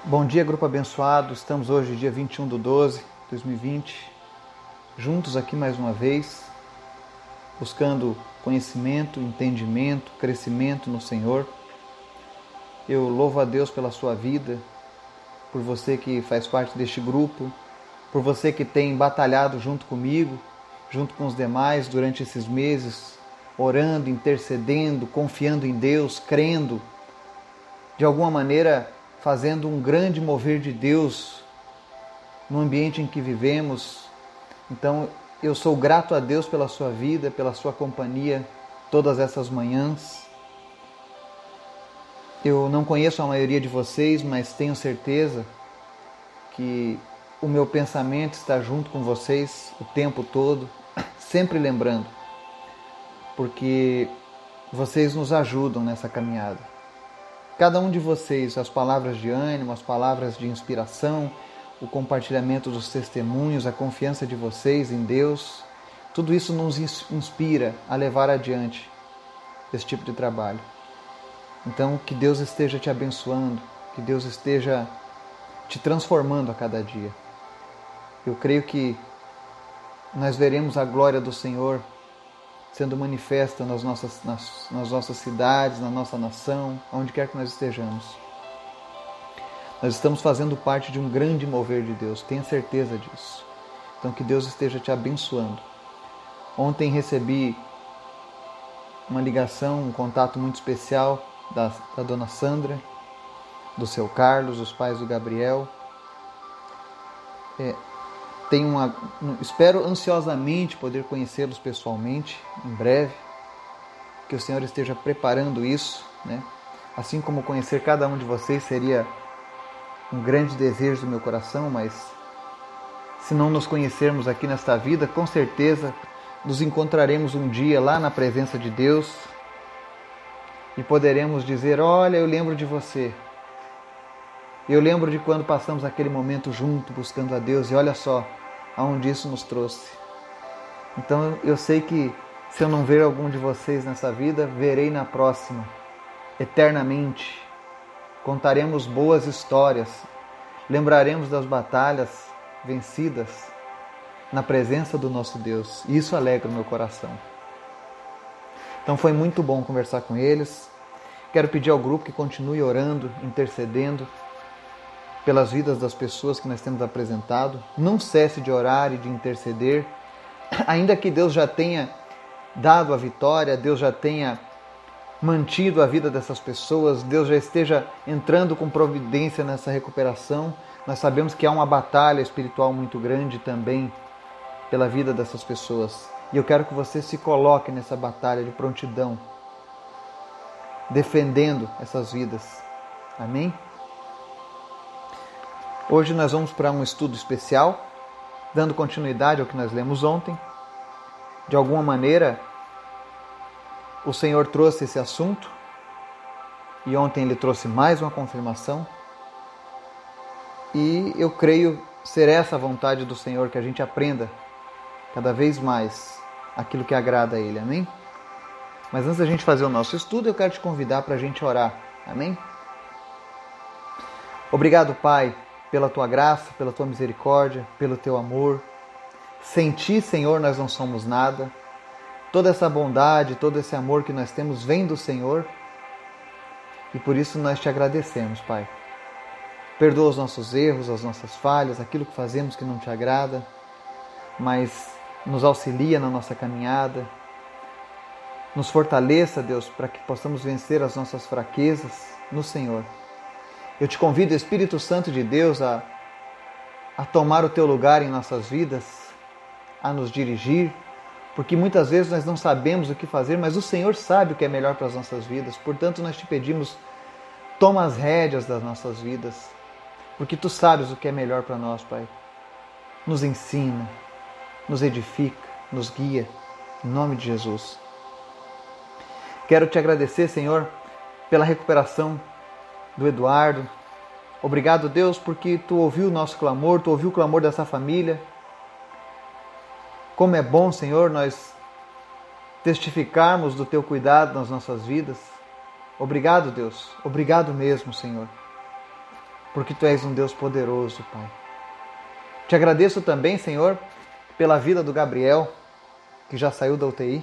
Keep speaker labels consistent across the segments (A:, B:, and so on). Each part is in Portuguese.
A: Bom dia, grupo abençoado. Estamos hoje, dia 21/12/2020, juntos aqui mais uma vez, buscando conhecimento, entendimento, crescimento no Senhor. Eu louvo a Deus pela sua vida, por você que faz parte deste grupo, por você que tem batalhado junto comigo, junto com os demais durante esses meses, orando, intercedendo, confiando em Deus, crendo, de alguma maneira fazendo um grande mover de Deus no ambiente em que vivemos. Então, eu sou grato a Deus pela sua vida, pela sua companhia todas essas manhãs. Eu não conheço a maioria de vocês, mas tenho certeza que o meu pensamento está junto com vocês o tempo todo, sempre lembrando, porque vocês nos ajudam nessa caminhada. Cada um de vocês, as palavras de ânimo, as palavras de inspiração, o compartilhamento dos testemunhos, a confiança de vocês em Deus, tudo isso nos inspira a levar adiante esse tipo de trabalho. Então, que Deus esteja te abençoando, que Deus esteja te transformando a cada dia. Eu creio que nós veremos a glória do Senhor sendo manifesta nas nossas cidades, na nossa nação, onde quer que nós estejamos. Nós estamos fazendo parte de um grande mover de Deus, tenha certeza disso. Então que Deus esteja te abençoando. Ontem recebi uma ligação, um contato muito especial da dona Sandra, do seu Carlos, os pais do Gabriel. Espero ansiosamente poder conhecê-los pessoalmente em breve, que o Senhor esteja preparando isso, né? Assim como conhecer cada um de vocês seria um grande desejo do meu coração, mas se não nos conhecermos aqui nesta vida, com certeza nos encontraremos um dia lá na presença de Deus e poderemos dizer: olha, eu lembro de você. Eu lembro de quando passamos aquele momento junto, buscando a Deus, e olha só aonde isso nos trouxe. Então eu sei que se eu não ver algum de vocês nessa vida, verei na próxima, eternamente. Contaremos boas histórias, lembraremos das batalhas vencidas na presença do nosso Deus. E isso alegra o meu coração. Então foi muito bom conversar com eles. Quero pedir ao grupo que continue orando, intercedendo pelas vidas das pessoas que nós temos apresentado. Não cesse de orar e de interceder, ainda que Deus já tenha dado a vitória, Deus já tenha mantido a vida dessas pessoas, Deus já esteja entrando com providência nessa recuperação. Nós sabemos que há uma batalha espiritual muito grande também pela vida dessas pessoas. E eu quero que você se coloque nessa batalha de prontidão, defendendo essas vidas. Amém? Hoje nós vamos para um estudo especial, dando continuidade ao que nós lemos ontem. De alguma maneira, o Senhor trouxe esse assunto e ontem Ele trouxe mais uma confirmação. E eu creio ser essa a vontade do Senhor, que a gente aprenda cada vez mais aquilo que agrada a Ele. Amém? Mas antes da gente fazer o nosso estudo, eu quero te convidar para a gente orar. Amém? Obrigado, Pai, pela Tua graça, pela Tua misericórdia, pelo Teu amor. Sem Ti, Senhor, nós não somos nada. Toda essa bondade, todo esse amor que nós temos vem do Senhor. E por isso nós Te agradecemos, Pai. Perdoa os nossos erros, as nossas falhas, aquilo que fazemos que não Te agrada, mas nos auxilia na nossa caminhada. Nos fortaleça, Deus, para que possamos vencer as nossas fraquezas no Senhor. Eu te convido, Espírito Santo de Deus, a tomar o Teu lugar em nossas vidas, a nos dirigir, porque muitas vezes nós não sabemos o que fazer, mas o Senhor sabe o que é melhor para as nossas vidas. Portanto, nós Te pedimos, toma as rédeas das nossas vidas, porque Tu sabes o que é melhor para nós, Pai. Nos ensina, nos edifica, nos guia, em nome de Jesus. Quero Te agradecer, Senhor, pela recuperação do Eduardo. Obrigado, Deus, porque Tu ouviu o nosso clamor, Tu ouviu o clamor dessa família. Como é bom, Senhor, nós testificarmos do Teu cuidado nas nossas vidas. Obrigado, Deus. Obrigado mesmo, Senhor. porque Tu és um Deus poderoso, Pai. Te agradeço também, Senhor, pela vida do Gabriel, que já saiu da UTI.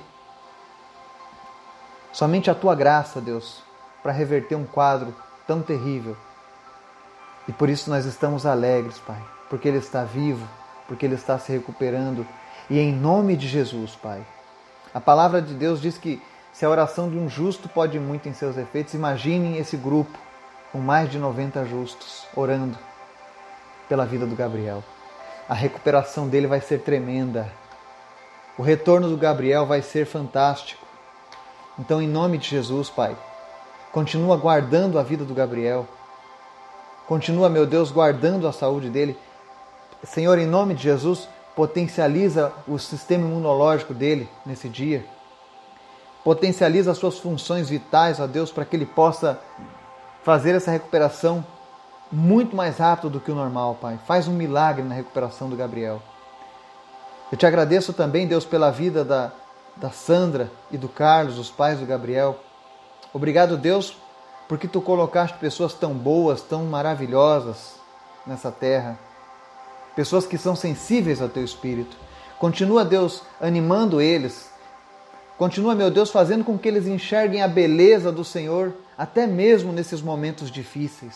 A: Somente a Tua graça, Deus, para reverter um quadro tão terrível. E por isso nós estamos alegres, Pai, porque ele está vivo, porque ele está se recuperando. E em nome de Jesus, Pai. A palavra de Deus diz que se a oração de um justo pode muito em seus efeitos, imaginem esse grupo com mais de 90 justos orando pela vida do Gabriel. A recuperação dele vai ser tremenda. O retorno do Gabriel vai ser fantástico. Então, em nome de Jesus, Pai, continua guardando a vida do Gabriel. Continua, meu Deus, guardando a saúde dele. Senhor, em nome de Jesus, potencializa o sistema imunológico dele nesse dia. Potencializa as suas funções vitais, ó Deus, para que ele possa fazer essa recuperação muito mais rápido do que o normal, Pai. Faz um milagre na recuperação do Gabriel. Eu te agradeço também, Deus, pela vida da Sandra e do Carlos, os pais do Gabriel. Obrigado, Deus, porque Tu colocaste pessoas tão boas, tão maravilhosas nessa terra. Pessoas que são sensíveis ao Teu Espírito. Continua, Deus, animando eles. Continua, meu Deus, fazendo com que eles enxerguem a beleza do Senhor, até mesmo nesses momentos difíceis.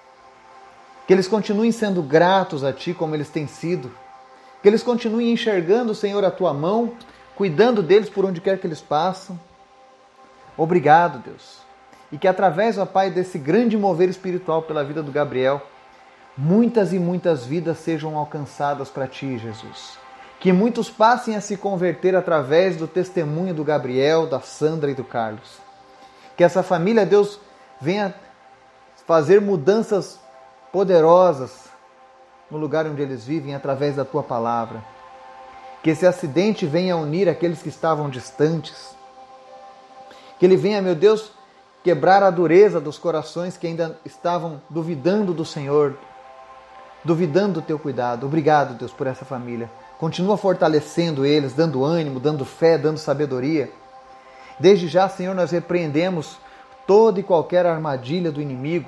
A: Que eles continuem sendo gratos a Ti como eles têm sido. Que eles continuem enxergando, Senhor, a Tua mão, cuidando deles por onde quer que eles passam. Obrigado, Deus. E que através, ó Pai, desse grande mover espiritual pela vida do Gabriel, muitas e muitas vidas sejam alcançadas para Ti, Jesus. Que muitos passem a se converter através do testemunho do Gabriel, da Sandra e do Carlos. Que essa família, Deus, venha fazer mudanças poderosas no lugar onde eles vivem através da Tua palavra. Que esse acidente venha unir aqueles que estavam distantes. Que ele venha, meu Deus, quebrar a dureza dos corações que ainda estavam duvidando do Senhor, duvidando do Teu cuidado. Obrigado, Deus, por essa família. Continua fortalecendo eles, dando ânimo, dando fé, dando sabedoria. Desde já, Senhor, nós repreendemos toda e qualquer armadilha do inimigo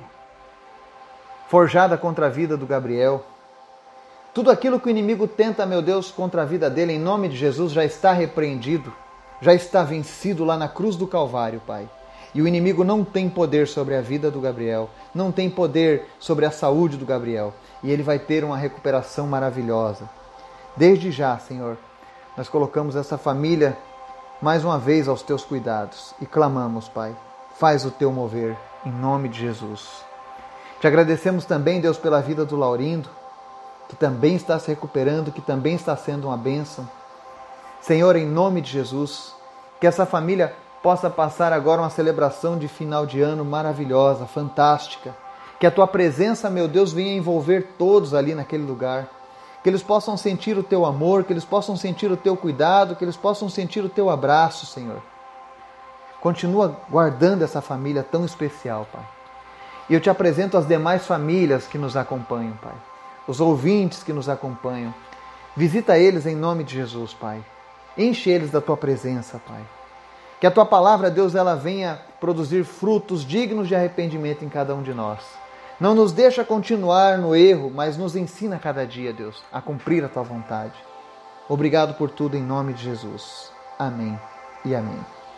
A: forjada contra a vida do Gabriel. Tudo aquilo que o inimigo tenta, meu Deus, contra a vida dele, em nome de Jesus, já está repreendido, já está vencido lá na cruz do Calvário, Pai. E o inimigo não tem poder sobre a vida do Gabriel, não tem poder sobre a saúde do Gabriel. E ele vai ter uma recuperação maravilhosa. Desde já, Senhor, nós colocamos essa família mais uma vez aos Teus cuidados e clamamos, Pai, faz o Teu mover, em nome de Jesus. Te agradecemos também, Deus, pela vida do Laurindo, que também está se recuperando, que também está sendo uma bênção. Senhor, em nome de Jesus, que essa família possa passar agora uma celebração de final de ano maravilhosa, fantástica. Que a Tua presença, meu Deus, venha envolver todos ali naquele lugar. Que eles possam sentir o Teu amor, que eles possam sentir o Teu cuidado, que eles possam sentir o Teu abraço, Senhor. Continua guardando essa família tão especial, Pai. E eu Te apresento as demais famílias que nos acompanham, Pai. Os ouvintes que nos acompanham. Visita eles em nome de Jesus, Pai. Enche eles da Tua presença, Pai. Que a Tua palavra, Deus, ela venha produzir frutos dignos de arrependimento em cada um de nós. Não nos deixa continuar no erro, mas nos ensina cada dia, Deus, a cumprir a Tua vontade. Obrigado por tudo em nome de Jesus. Amém e amém.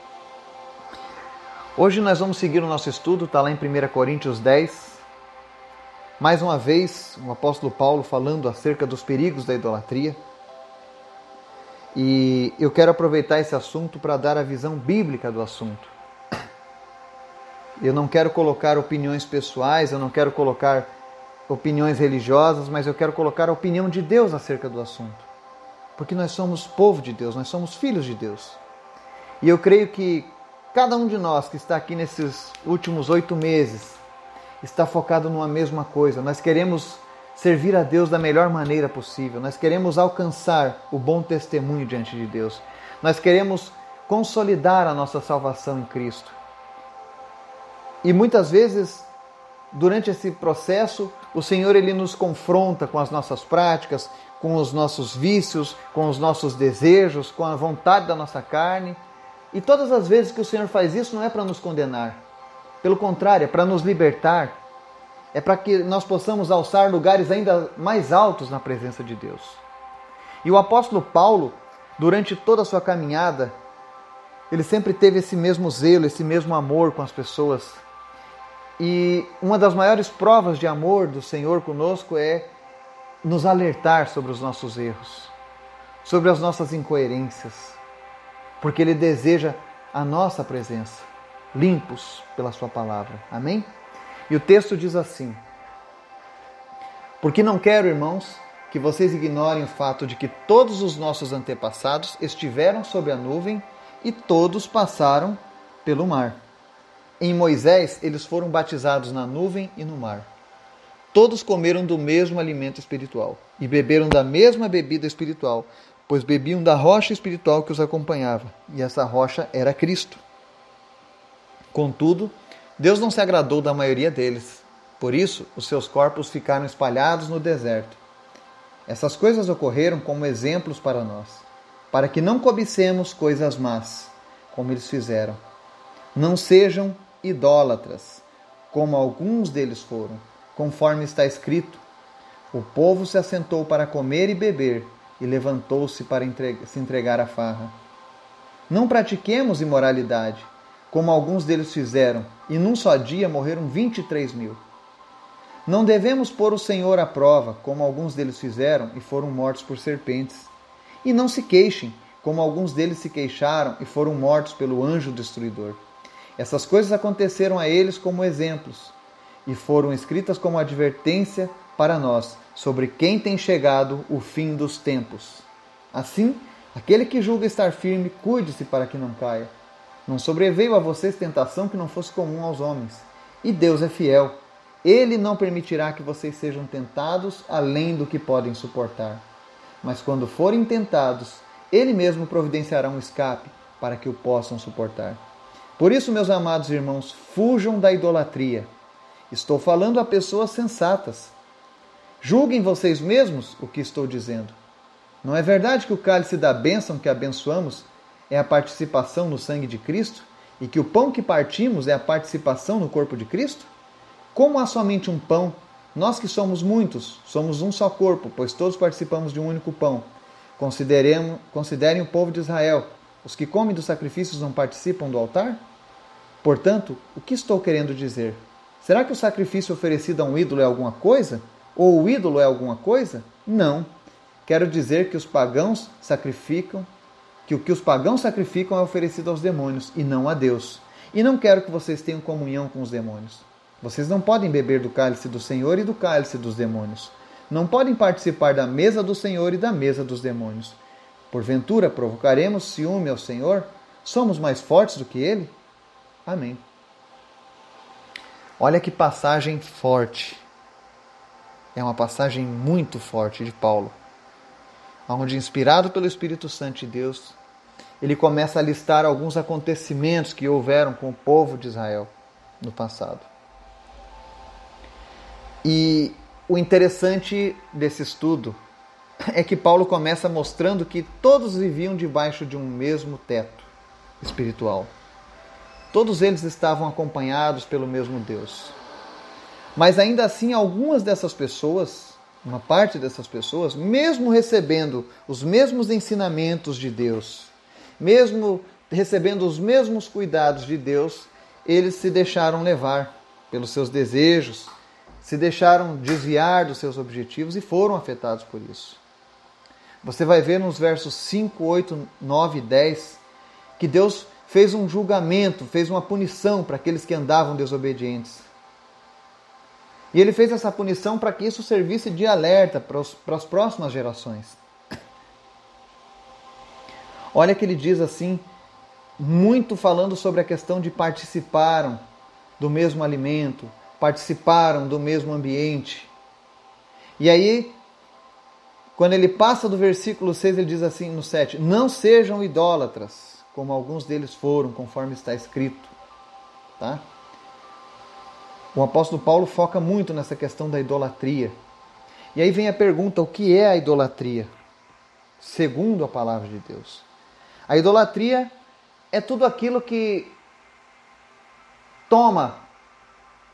A: Hoje nós vamos seguir o nosso estudo, está lá em 1 Coríntios 10. Mais uma vez, o apóstolo Paulo falando acerca dos perigos da idolatria. E eu quero aproveitar esse assunto para dar a visão bíblica do assunto. Eu não quero colocar opiniões pessoais, eu não quero colocar opiniões religiosas, mas eu quero colocar a opinião de Deus acerca do assunto. Porque nós somos povo de Deus, nós somos filhos de Deus. E eu creio que cada um de nós que está aqui nesses últimos 8 meses está focado numa mesma coisa. Nós queremos servir a Deus da melhor maneira possível. Nós queremos alcançar o bom testemunho diante de Deus. Nós queremos consolidar a nossa salvação em Cristo. E muitas vezes, durante esse processo, o Senhor ele nos confronta com as nossas práticas, com os nossos vícios, com os nossos desejos, com a vontade da nossa carne. E todas as vezes que o Senhor faz isso, não é para nos condenar. Pelo contrário, é para nos libertar. é para que nós possamos alçar lugares ainda mais altos na presença de Deus. E o apóstolo Paulo, durante toda a sua caminhada, ele sempre teve esse mesmo zelo, esse mesmo amor com as pessoas. E uma das maiores provas de amor do Senhor conosco é nos alertar sobre os nossos erros, sobre as nossas incoerências, porque Ele deseja a nossa presença, limpos pela sua palavra. Amém? E o texto diz assim: porque não quero, irmãos, que vocês ignorem o fato de que todos os nossos antepassados estiveram sob a nuvem e todos passaram pelo mar. Em Moisés, eles foram batizados na nuvem e no mar. Todos comeram do mesmo alimento espiritual e beberam da mesma bebida espiritual, pois bebiam da rocha espiritual que os acompanhava, e essa rocha era Cristo. Contudo, Deus não se agradou da maioria deles. Por isso, os seus corpos ficaram espalhados no deserto. Essas coisas ocorreram como exemplos para nós, para que não cobicemos coisas más, como eles fizeram. Não sejam idólatras, como alguns deles foram, conforme está escrito: o povo se assentou para comer e beber, e levantou-se para se entregar à farra. Não pratiquemos imoralidade, como alguns deles fizeram, e num só dia morreram 23.000. Não devemos pôr o Senhor à prova, como alguns deles fizeram, e foram mortos por serpentes. E não se queixem, como alguns deles se queixaram, e foram mortos pelo anjo destruidor. Essas coisas aconteceram a eles como exemplos, e foram escritas como advertência para nós, sobre quem tem chegado o fim dos tempos. Assim, aquele que julga estar firme, cuide-se para que não caia. Não sobreveio a vocês tentação que não fosse comum aos homens. E Deus é fiel. Ele não permitirá que vocês sejam tentados além do que podem suportar. Mas quando forem tentados, Ele mesmo providenciará um escape para que o possam suportar. Por isso, meus amados irmãos, fujam da idolatria. Estou falando a pessoas sensatas. Julguem vocês mesmos o que estou dizendo. Não é verdade que o cálice da bênção que abençoamos é a participação no sangue de Cristo e que o pão que partimos é a participação no corpo de Cristo? Como há somente um pão, nós que somos muitos, somos um só corpo, pois todos participamos de um único pão. Considerem o povo de Israel. Os que comem dos sacrifícios não participam do altar? Portanto, o que estou querendo dizer? Será que o sacrifício oferecido a um ídolo é alguma coisa? Ou o ídolo é alguma coisa? Não. Quero dizer que os pagãos sacrificam, que o que os pagãos sacrificam é oferecido aos demônios e não a Deus. E não quero que vocês tenham comunhão com os demônios. Vocês não podem beber do cálice do Senhor e do cálice dos demônios. Não podem participar da mesa do Senhor e da mesa dos demônios. Porventura, provocaremos ciúme ao Senhor? Somos mais fortes do que Ele? Amém. Olha que passagem forte. É uma passagem muito forte de Paulo, onde, inspirado pelo Espírito Santo de Deus, ele começa a listar alguns acontecimentos que houveram com o povo de Israel no passado. E o interessante desse estudo é que Paulo começa mostrando que todos viviam debaixo de um mesmo teto espiritual. Todos eles estavam acompanhados pelo mesmo Deus. Mas ainda assim, algumas dessas pessoas, uma parte dessas pessoas, mesmo recebendo os mesmos ensinamentos de Deus, mesmo recebendo os mesmos cuidados de Deus, eles se deixaram levar pelos seus desejos, se deixaram desviar dos seus objetivos e foram afetados por isso. Você vai ver nos versos 5, 8, 9 e 10 que Deus fez um julgamento, fez uma punição para aqueles que andavam desobedientes. E Ele fez essa punição para que isso servisse de alerta para as próximas gerações. Olha que Ele diz assim, muito falando sobre a questão de participaram do mesmo alimento, participaram do mesmo ambiente. E aí, quando ele passa do versículo 6, ele diz assim no 7, não sejam idólatras, como alguns deles foram, conforme está escrito. Tá? O apóstolo Paulo foca muito nessa questão da idolatria. E aí vem a pergunta, o que é a idolatria? Segundo a palavra de Deus. A idolatria é tudo aquilo que toma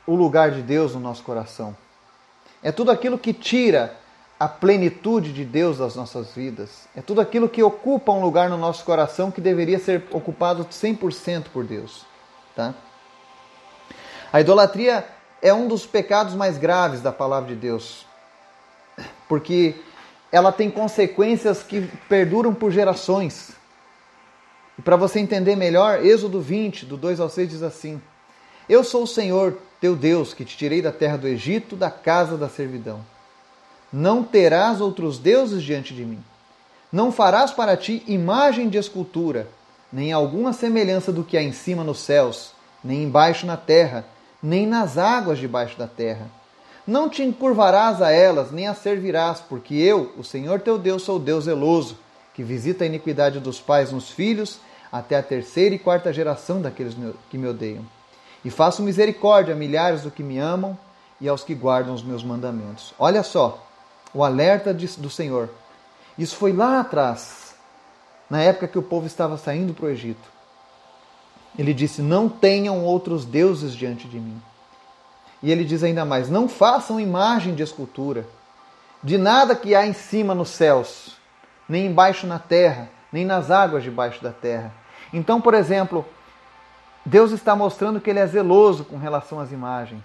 A: o lugar de Deus no nosso coração. É tudo aquilo que tira a plenitude de Deus das nossas vidas. É tudo aquilo que ocupa um lugar no nosso coração que deveria ser ocupado 100% por Deus. Tá? A idolatria é um dos pecados mais graves da palavra de Deus, porque ela tem consequências que perduram por gerações. E para você entender melhor, Êxodo 20, do 2 ao 6 diz assim: Eu sou o Senhor, teu Deus, que te tirei da terra do Egito, da casa da servidão. Não terás outros deuses diante de mim. Não farás para ti imagem de escultura, nem alguma semelhança do que há em cima nos céus, nem embaixo na terra, nem nas águas debaixo da terra. Não te encurvarás a elas, nem as servirás, porque eu, o Senhor teu Deus, sou Deus zeloso, que visita a iniquidade dos pais nos filhos, até a 3ª e 4ª geração daqueles que me odeiam. E faço misericórdia a milhares dos que me amam e aos que guardam os meus mandamentos. Olha só, o alerta do Senhor. Isso foi lá atrás, na época que o povo estava saindo para o Egito. Ele disse: não tenham outros deuses diante de mim. E ele diz ainda mais: não façam imagem de escultura, de nada que há em cima nos céus, nem embaixo na terra, nem nas águas debaixo da terra. Então, por exemplo, Deus está mostrando que Ele é zeloso com relação às imagens.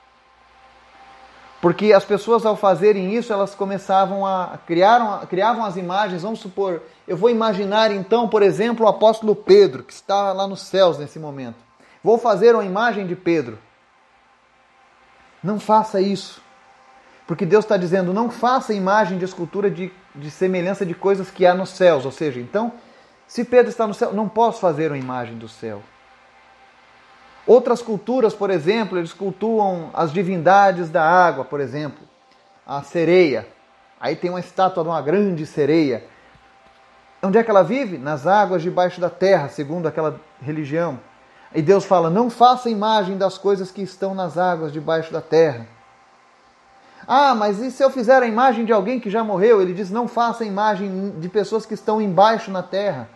A: Porque as pessoas, ao fazerem isso, elas começavam criavam as imagens. Vamos supor, eu vou imaginar então, por exemplo, o apóstolo Pedro, que está lá nos céus nesse momento. Vou fazer uma imagem de Pedro. Não faça isso. Porque Deus está dizendo: não faça imagem de escultura de semelhança de coisas que há nos céus. Ou seja, então, se Pedro está no céu, não posso fazer uma imagem do céu. Outras culturas, por exemplo, eles cultuam as divindades da água, por exemplo, a sereia. Aí tem uma estátua de uma grande sereia. Onde é que ela vive? Nas águas debaixo da terra, segundo aquela religião. E Deus fala: não faça imagem das coisas que estão nas águas debaixo da terra. Ah, mas e se eu fizer a imagem de alguém que já morreu? Ele diz: não faça imagem de pessoas que estão embaixo na terra.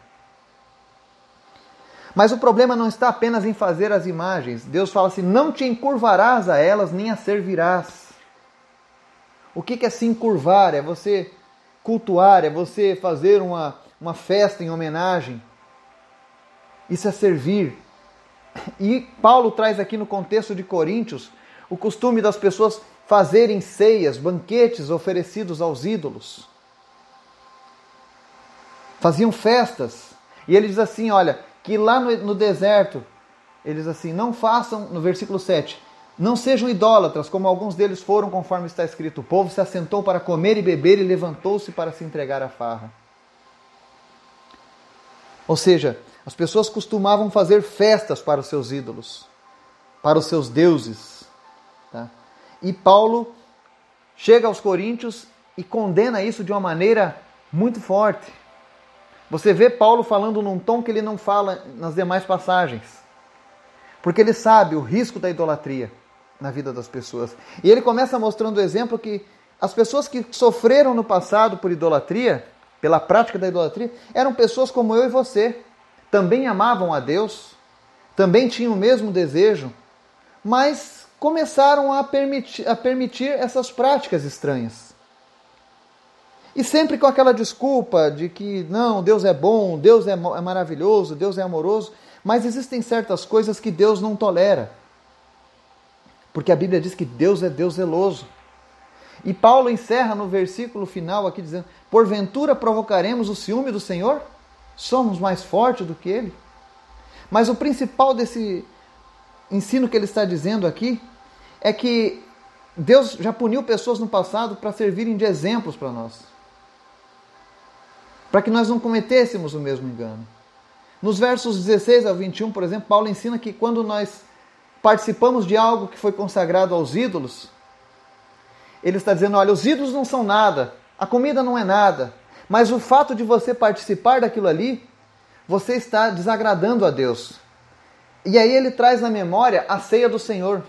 A: Mas o problema não está apenas em fazer as imagens. Deus fala assim: não te encurvarás a elas, nem as servirás. O que é se encurvar? É você cultuar, é você fazer uma festa em homenagem. Isso é servir. E Paulo traz aqui no contexto de Coríntios o costume das pessoas fazerem ceias, banquetes oferecidos aos ídolos. Faziam festas. E ele diz assim, olha, que lá no deserto, ele diz assim: não façam, no versículo 7, não sejam idólatras, como alguns deles foram, conforme está escrito. O povo se assentou para comer e beber e levantou-se para se entregar à farra. Ou seja, as pessoas costumavam fazer festas para os seus ídolos, para os seus deuses. Tá? E Paulo chega aos Coríntios e condena isso de uma maneira muito forte. Você vê Paulo falando num tom que ele não fala nas demais passagens. Porque ele sabe o risco da idolatria na vida das pessoas. E ele começa mostrando o exemplo que as pessoas que sofreram no passado por idolatria, pela prática da idolatria, eram pessoas como eu e você. Também amavam a Deus, também tinham o mesmo desejo, mas começaram a permitir essas práticas estranhas. E sempre com aquela desculpa de que, não, Deus é bom, Deus é maravilhoso, Deus é amoroso, mas existem certas coisas que Deus não tolera. Porque a Bíblia diz que Deus é Deus zeloso. E Paulo encerra no versículo final aqui dizendo: porventura provocaremos o ciúme do Senhor? Somos mais fortes do que Ele? Mas o principal desse ensino que ele está dizendo aqui é que Deus já puniu pessoas no passado para servirem de exemplos para nós. Para que nós não cometêssemos o mesmo engano. Nos versos 16 ao 21, por exemplo, Paulo ensina que quando nós participamos de algo que foi consagrado aos ídolos, ele está dizendo: olha, os ídolos não são nada, a comida não é nada, mas o fato de você participar daquilo ali, você está desagradando a Deus. E aí ele traz na memória a ceia do Senhor.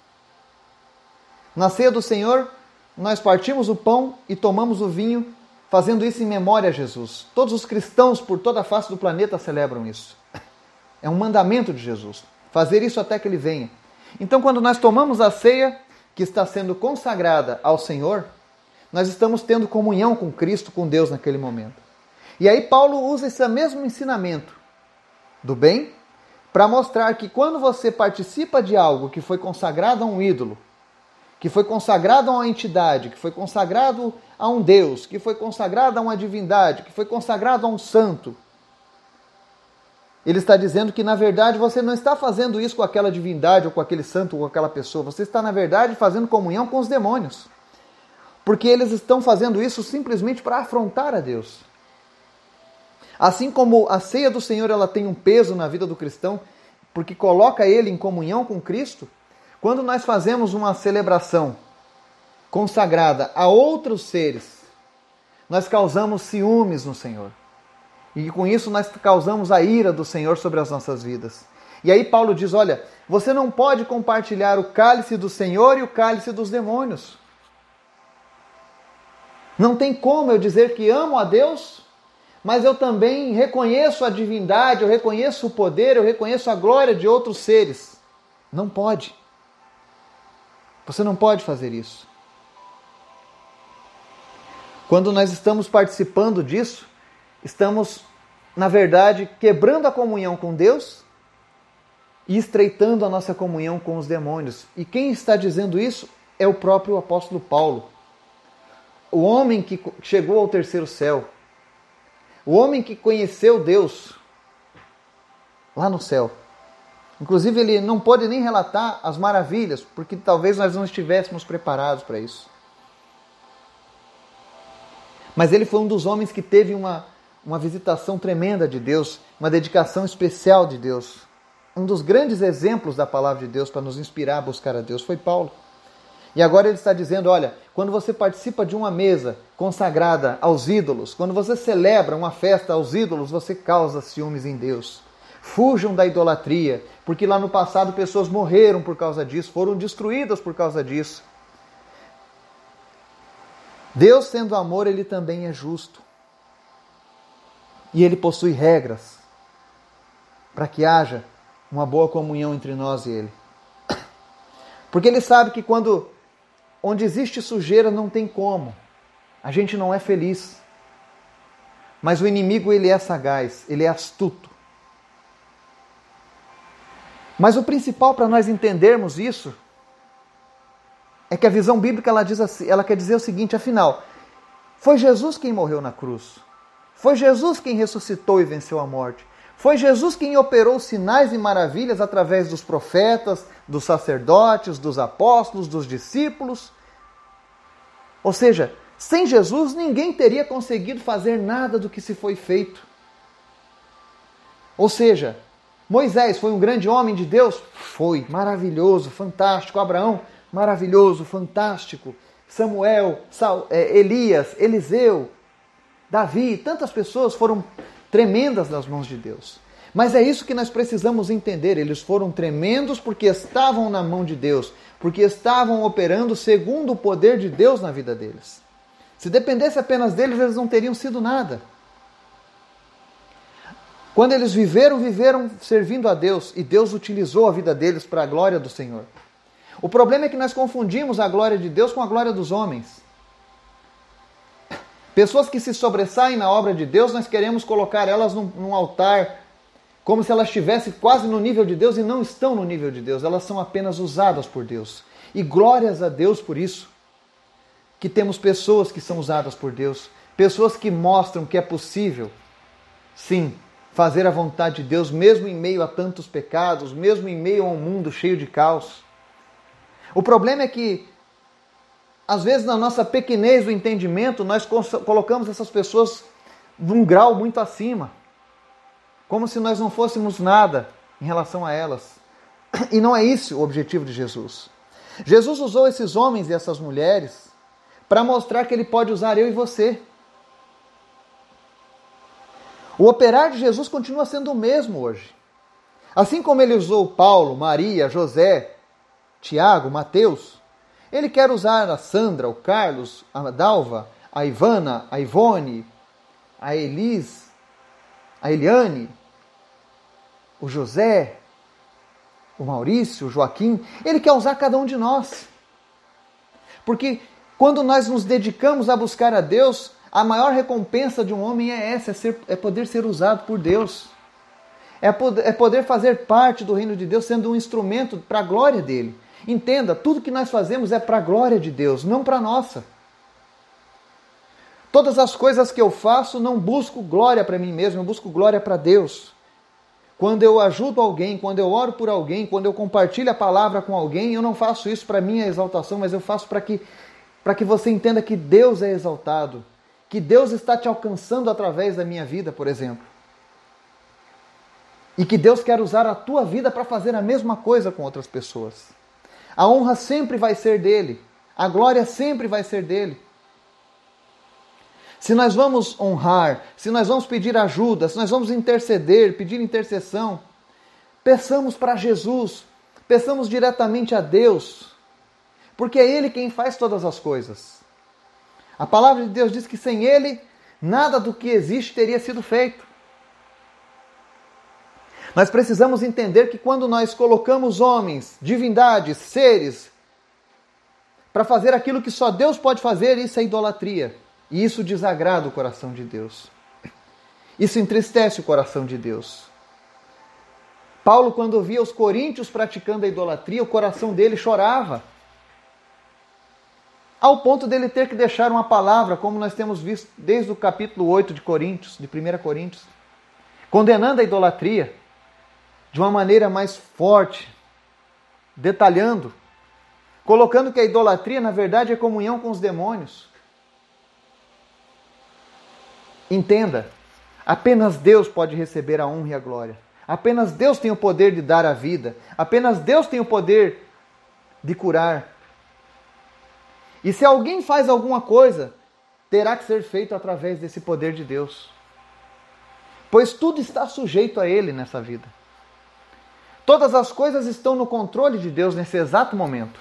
A: Na ceia do Senhor, nós partimos o pão e tomamos o vinho, fazendo isso em memória a Jesus. Todos os cristãos por toda a face do planeta celebram isso. É um mandamento de Jesus. Fazer isso até que Ele venha. Então, quando nós tomamos a ceia que está sendo consagrada ao Senhor, nós estamos tendo comunhão com Cristo, com Deus naquele momento. E aí Paulo usa esse mesmo ensinamento do bem para mostrar que quando você participa de algo que foi consagrado a um ídolo, que foi consagrado a uma entidade, que foi consagrado a um Deus, que foi consagrado a uma divindade, que foi consagrado a um santo, ele está dizendo que, na verdade, você não está fazendo isso com aquela divindade, ou com aquele santo, ou com aquela pessoa. Você está, na verdade, fazendo comunhão com os demônios. Porque eles estão fazendo isso simplesmente para afrontar a Deus. Assim como a ceia do Senhor ela tem um peso na vida do cristão, porque coloca ele em comunhão com Cristo, quando nós fazemos uma celebração consagrada a outros seres, nós causamos ciúmes no Senhor. E com isso nós causamos a ira do Senhor sobre as nossas vidas. E aí Paulo diz, olha, você não pode compartilhar o cálice do Senhor e o cálice dos demônios. Não tem como eu dizer que amo a Deus, mas eu também reconheço a divindade, eu reconheço o poder, eu reconheço a glória de outros seres. Não pode. Você não pode fazer isso. Quando nós estamos participando disso, estamos, na verdade, quebrando a comunhão com Deus e estreitando a nossa comunhão com os demônios. E quem está dizendo isso é o próprio apóstolo Paulo. O homem que chegou ao terceiro céu. O homem que conheceu Deus lá no céu. Inclusive, ele não pôde nem relatar as maravilhas, porque talvez nós não estivéssemos preparados para isso. Mas ele foi um dos homens que teve uma visitação tremenda de Deus, uma dedicação especial de Deus. Um dos grandes exemplos da palavra de Deus para nos inspirar a buscar a Deus foi Paulo. E agora ele está dizendo, olha, quando você participa de uma mesa consagrada aos ídolos, quando você celebra uma festa aos ídolos, você causa ciúmes em Deus. Fujam da idolatria, porque lá no passado pessoas morreram por causa disso, foram destruídas por causa disso. Deus, sendo amor, ele também é justo. E ele possui regras para que haja uma boa comunhão entre nós e ele. Porque ele sabe que onde existe sujeira não tem como. A gente não é feliz. Mas o inimigo ele é sagaz, ele é astuto. Mas o principal para nós entendermos isso é que a visão bíblica ela diz assim, ela quer dizer o seguinte, afinal, foi Jesus quem morreu na cruz. Foi Jesus quem ressuscitou e venceu a morte. Foi Jesus quem operou sinais e maravilhas através dos profetas, dos sacerdotes, dos apóstolos, dos discípulos. Ou seja, sem Jesus ninguém teria conseguido fazer nada do que se foi feito. Ou seja, Moisés foi um grande homem de Deus? Foi, maravilhoso, fantástico. Abraão, maravilhoso, fantástico. Samuel, Elias, Eliseu, Davi, tantas pessoas foram tremendas nas mãos de Deus. Mas é isso que nós precisamos entender. Eles foram tremendos porque estavam na mão de Deus, porque estavam operando segundo o poder de Deus na vida deles. Se dependesse apenas deles, eles não teriam sido nada. Quando eles viveram servindo a Deus, e Deus utilizou a vida deles para a glória do Senhor. O problema é que nós confundimos a glória de Deus com a glória dos homens. Pessoas que se sobressaem na obra de Deus, nós queremos colocar elas num altar como se elas estivessem quase no nível de Deus e não estão no nível de Deus. Elas são apenas usadas por Deus. E glórias a Deus por isso. Que temos pessoas que são usadas por Deus. Pessoas que mostram que é possível, sim, fazer a vontade de Deus, mesmo em meio a tantos pecados, mesmo em meio a um mundo cheio de caos. O problema é que, às vezes, na nossa pequenez do entendimento, nós colocamos essas pessoas num grau muito acima. Como se nós não fôssemos nada em relação a elas. E não é isso o objetivo de Jesus. Jesus usou esses homens e essas mulheres para mostrar que Ele pode usar eu e você. O operar de Jesus continua sendo o mesmo hoje. Assim como Ele usou Paulo, Maria, José, Tiago, Mateus, Ele quer usar a Sandra, o Carlos, a Dalva, a Ivana, a Ivone, a Elis, a Eliane, o José, o Maurício, o Joaquim, Ele quer usar cada um de nós. Porque quando nós nos dedicamos a buscar a Deus, a maior recompensa de um homem é essa, é poder ser usado por Deus. É poder fazer parte do reino de Deus, sendo um instrumento para a glória dele. Entenda, tudo que nós fazemos é para a glória de Deus, não para a nossa. Todas as coisas que eu faço, não busco glória para mim mesmo, eu busco glória para Deus. Quando eu ajudo alguém, quando eu oro por alguém, quando eu compartilho a palavra com alguém, eu não faço isso para minha exaltação, mas eu faço para que você entenda que Deus é exaltado, que Deus está te alcançando através da minha vida, por exemplo. E que Deus quer usar a tua vida para fazer a mesma coisa com outras pessoas. A honra sempre vai ser dele, a glória sempre vai ser dele. Se nós vamos honrar, se nós vamos pedir ajuda, se nós vamos interceder, pedir intercessão, peçamos para Jesus, peçamos diretamente a Deus, porque é Ele quem faz todas as coisas. A palavra de Deus diz que sem Ele, nada do que existe teria sido feito. Nós precisamos entender que quando nós colocamos homens, divindades, seres, para fazer aquilo que só Deus pode fazer, isso é idolatria. E isso desagrada o coração de Deus. Isso entristece o coração de Deus. Paulo, quando via os coríntios praticando a idolatria, o coração dele chorava. Ao ponto dele ter que deixar uma palavra, como nós temos visto desde o capítulo 8 de Coríntios, de 1 Coríntios, condenando a idolatria de uma maneira mais forte, detalhando, colocando que a idolatria, na verdade, é comunhão com os demônios. Entenda, apenas Deus pode receber a honra e a glória. Apenas Deus tem o poder de dar a vida. Apenas Deus tem o poder de curar. E se alguém faz alguma coisa, terá que ser feito através desse poder de Deus. Pois tudo está sujeito a Ele nessa vida. Todas as coisas estão no controle de Deus nesse exato momento.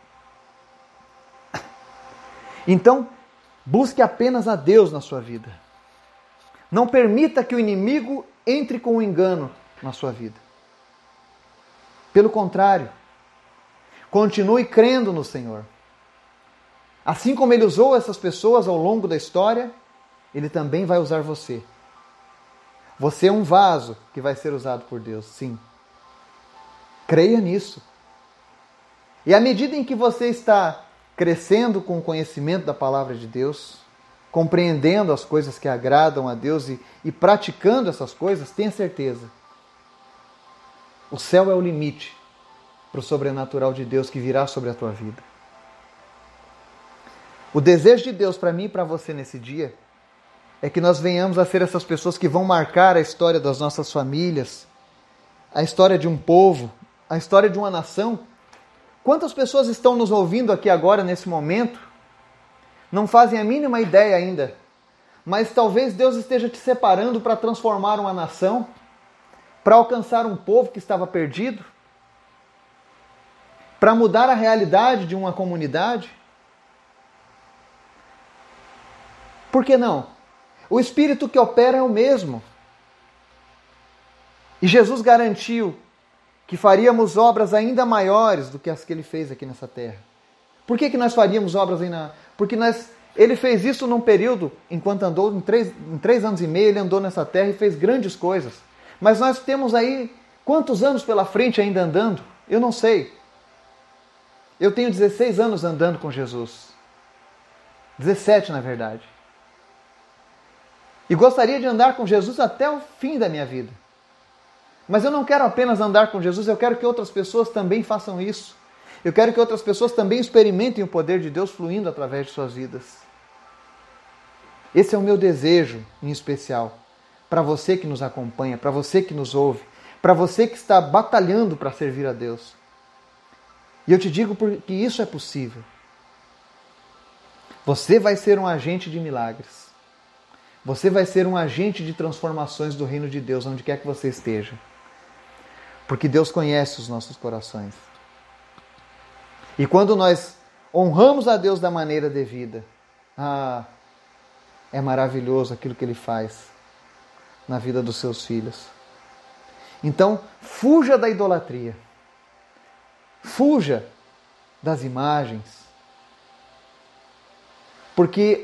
A: Então, busque apenas a Deus na sua vida. Não permita que o inimigo entre com o engano na sua vida. Pelo contrário, continue crendo no Senhor. Assim como Ele usou essas pessoas ao longo da história, Ele também vai usar você. Você é um vaso que vai ser usado por Deus, sim. Creia nisso. E à medida em que você está crescendo com o conhecimento da palavra de Deus, compreendendo as coisas que agradam a Deus e praticando essas coisas, tenha certeza. O céu é o limite para o sobrenatural de Deus que virá sobre a tua vida. O desejo de Deus para mim e para você nesse dia é que nós venhamos a ser essas pessoas que vão marcar a história das nossas famílias, a história de um povo, a história de uma nação. Quantas pessoas estão nos ouvindo aqui agora, nesse momento, não fazem a mínima ideia ainda, mas talvez Deus esteja te separando para transformar uma nação, para alcançar um povo que estava perdido, para mudar a realidade de uma comunidade. Por que não? O Espírito que opera é o mesmo. E Jesus garantiu que faríamos obras ainda maiores do que as que Ele fez aqui nessa terra. Por que nós faríamos obras ainda? Porque Ele fez isso num período, enquanto andou, em 3 anos e meio, Ele andou nessa terra e fez grandes coisas. Mas nós temos aí quantos anos pela frente ainda andando? Eu não sei. Eu tenho 16 anos andando com Jesus. 17, na verdade. E gostaria de andar com Jesus até o fim da minha vida. Mas eu não quero apenas andar com Jesus, eu quero que outras pessoas também façam isso. Eu quero que outras pessoas também experimentem o poder de Deus fluindo através de suas vidas. Esse é o meu desejo em especial. Para você que nos acompanha, para você que nos ouve, para você que está batalhando para servir a Deus. E eu te digo que isso é possível. Você vai ser um agente de milagres. Você vai ser um agente de transformações do reino de Deus, onde quer que você esteja. Porque Deus conhece os nossos corações. E quando nós honramos a Deus da maneira devida, é maravilhoso aquilo que Ele faz na vida dos seus filhos. Então, fuja da idolatria. Fuja das imagens. Porque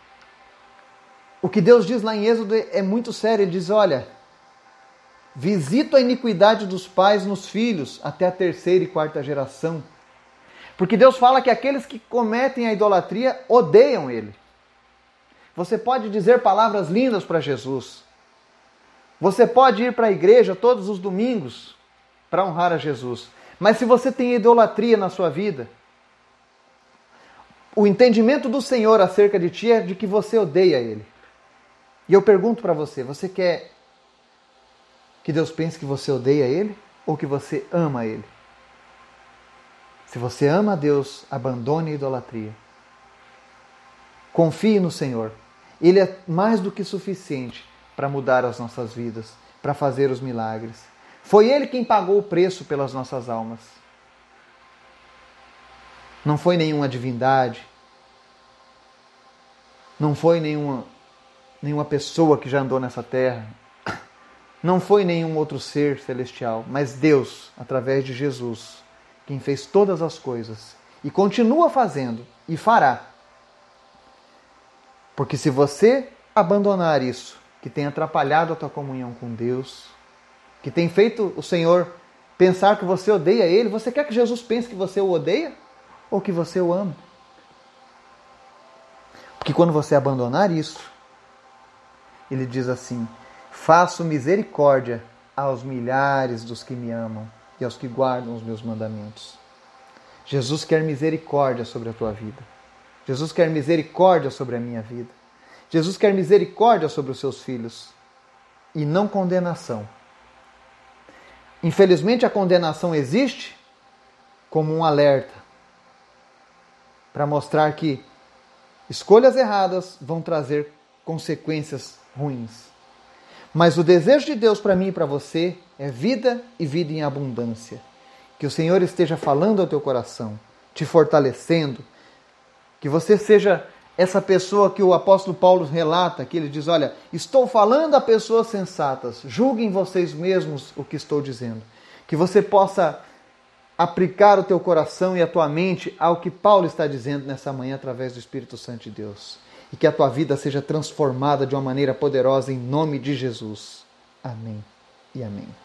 A: o que Deus diz lá em Êxodo é muito sério. Ele diz, olha, visito a iniquidade dos pais nos filhos até a 3ª e 4ª geração. Porque Deus fala que aqueles que cometem a idolatria odeiam Ele. Você pode dizer palavras lindas para Jesus. Você pode ir para a igreja todos os domingos para honrar a Jesus. Mas se você tem idolatria na sua vida, o entendimento do Senhor acerca de ti é de que você odeia Ele. E eu pergunto para você, você quer que Deus pense que você odeia Ele ou que você ama Ele? Se você ama a Deus, abandone a idolatria. Confie no Senhor. Ele é mais do que suficiente para mudar as nossas vidas, para fazer os milagres. Foi Ele quem pagou o preço pelas nossas almas. Não foi nenhuma divindade, não foi nenhuma pessoa que já andou nessa terra, não foi nenhum outro ser celestial, mas Deus, através de Jesus, quem fez todas as coisas e continua fazendo e fará. Porque se você abandonar isso, que tem atrapalhado a tua comunhão com Deus, que tem feito o Senhor pensar que você odeia Ele, você quer que Jesus pense que você o odeia ou que você o ama? Porque quando você abandonar isso, Ele diz assim, faço misericórdia aos milhares dos que me amam e aos que guardam os meus mandamentos. Jesus quer misericórdia sobre a tua vida. Jesus quer misericórdia sobre a minha vida. Jesus quer misericórdia sobre os seus filhos e não condenação. Infelizmente, a condenação existe como um alerta para mostrar que escolhas erradas vão trazer consequências ruins. Mas o desejo de Deus para mim e para você é vida e vida em abundância. Que o Senhor esteja falando ao teu coração, te fortalecendo, que você seja essa pessoa que o apóstolo Paulo relata, que ele diz, olha, estou falando a pessoas sensatas, julguem vocês mesmos o que estou dizendo. Que você possa aplicar o teu coração e a tua mente ao que Paulo está dizendo nessa manhã através do Espírito Santo de Deus. E que a tua vida seja transformada de uma maneira poderosa em nome de Jesus. Amém e amém.